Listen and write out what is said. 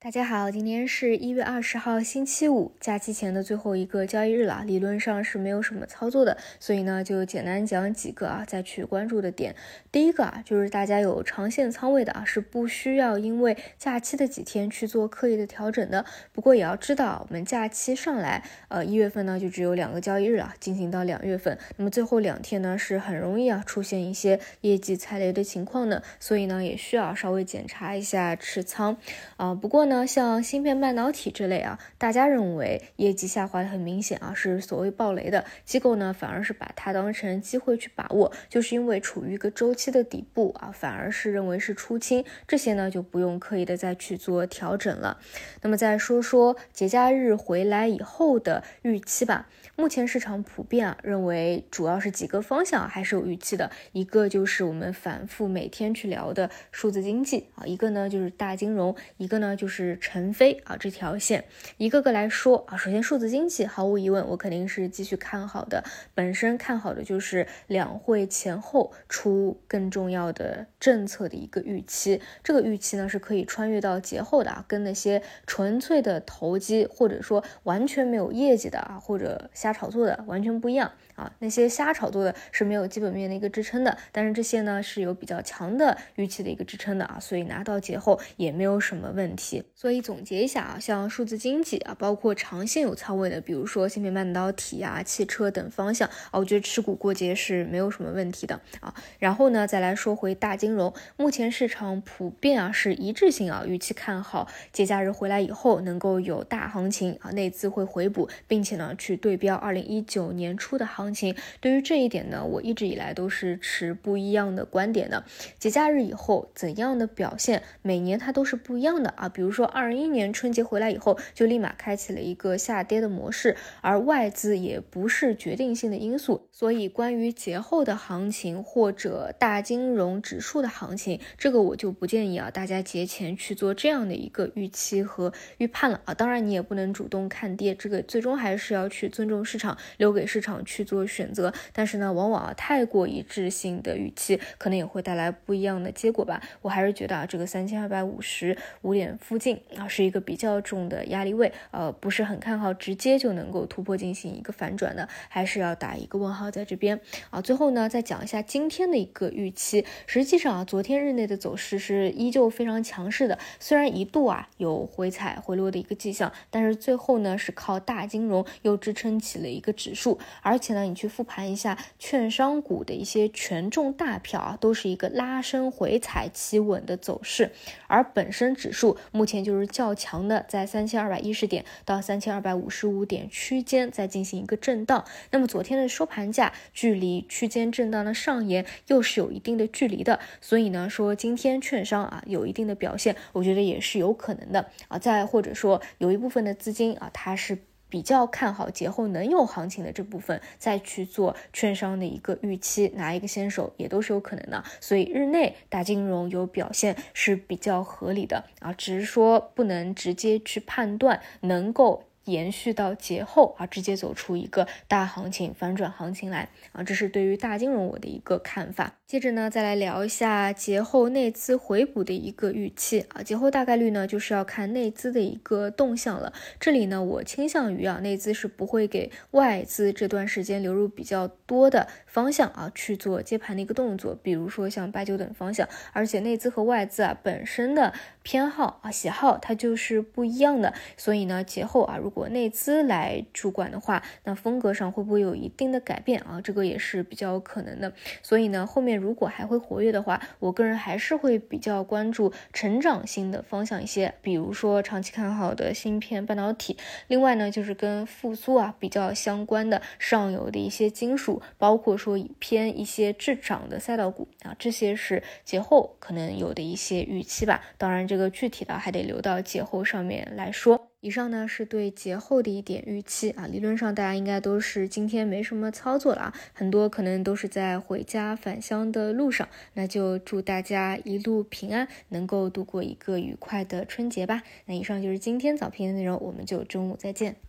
大家好，今天是1月20号星期五，假期前的最后一个交易日了，理论上是没有什么操作的，所以呢就简单讲几个再去关注的点。第一个就是大家有长线仓位的是不需要因为假期的几天去做刻意的调整的。不过也要知道，我们假期上来，1月份呢就只有2个交易日进行到2月份，那么最后2天呢是很容易出现一些业绩踩雷的情况的，所以呢也需要稍微检查一下持仓不过呢像芯片半导体这类大家认为业绩下滑的很明显是所谓暴雷的，机构呢反而是把它当成机会去把握，就是因为处于一个周期的底部反而是认为是出清，这些呢就不用刻意的再去做调整了。那么再说说节假日回来以后的预期吧。目前市场普遍认为主要是几个方向还是有预期的，一个就是我们反复每天去聊的数字经济一个呢就是大金融，一个呢就是成飞这条线。一个个来说首先数字经济毫无疑问我肯定是继续看好的，本身看好的就是两会前后出更重要的政策的一个预期，这个预期呢是可以穿越到节后的跟那些纯粹的投机或者说完全没有业绩的或者瞎炒作的完全不一样那些瞎炒作的是没有基本面的一个支撑的，但是这些呢是有比较强的预期的一个支撑的所以拿到节后也没有什么问题。所以总结一下像数字经济包括长线有仓位的，比如说芯片半导体汽车等方向我觉得持股过节是没有什么问题的然后呢再来说回大金融，目前市场普遍是一致性预期看好节假日回来以后能够有大行情内资会回补，并且呢去对标2019年初的行情。对于这一点呢我一直以来都是持不一样的观点的。节假日以后怎样的表现每年它都是不一样的比如说21年春节回来以后就立马开启了一个下跌的模式，而外资也不是决定性的因素，所以关于节后的行情或者大金融指数的行情，这个我就不建议大家节前去做这样的一个预期和预判了当然你也不能主动看跌，这个最终还是要去尊重市场，留给市场去做选择，但是呢往往太过一致性的预期可能也会带来不一样的结果吧。我还是觉得这个3255点附近是一个比较重的压力位不是很看好直接就能够突破进行一个反转的，还是要打一个问号在这边最后呢再讲一下今天的一个预期。实际上昨天日内的走势是依旧非常强势的，虽然一度有回踩回落的一个迹象，但是最后呢是靠大金融又支撑起了一个指数，而且呢你去复盘一下券商股的一些权重大票都是一个拉升回踩企稳的走势，而本身指数目前就是较强的，在3210点到3255点区间再进行一个震荡，那么昨天的收盘价距离区间震荡的上沿又是有一定的距离的，所以呢说今天券商有一定的表现，我觉得也是有可能的再或者说有一部分的资金它是比较看好节后能有行情的这部分再去做券商的一个预期，拿一个先手也都是有可能的，所以日内大金融有表现是比较合理的只是说不能直接去判断能够延续到节后直接走出一个大行情反转行情来这是对于大金融我的一个看法。接着呢再来聊一下节后内资回补的一个预期节后大概率呢就是要看内资的一个动向了，这里呢我倾向于内资是不会给外资这段时间流入比较多的方向去做接盘的一个动作，比如说像8、9等方向，而且内资和外资本身的偏好喜好它就是不一样的，所以呢节后如果内资来主管的话，那风格上会不会有一定的改变这个也是比较有可能的。所以呢后面如果还会活跃的话，我个人还是会比较关注成长性的方向一些，比如说长期看好的芯片半导体，另外呢就是跟复苏比较相关的上游的一些金属，包括说偏一些滞涨的赛道股这些是节后可能有的一些预期吧，当然这个具体的还得留到节后上面来说。以上呢是对节后的一点预期理论上大家应该都是今天没什么操作了很多可能都是在回家返乡的路上，那就祝大家一路平安，能够度过一个愉快的春节吧。那以上就是今天早评的内容，我们就中午再见。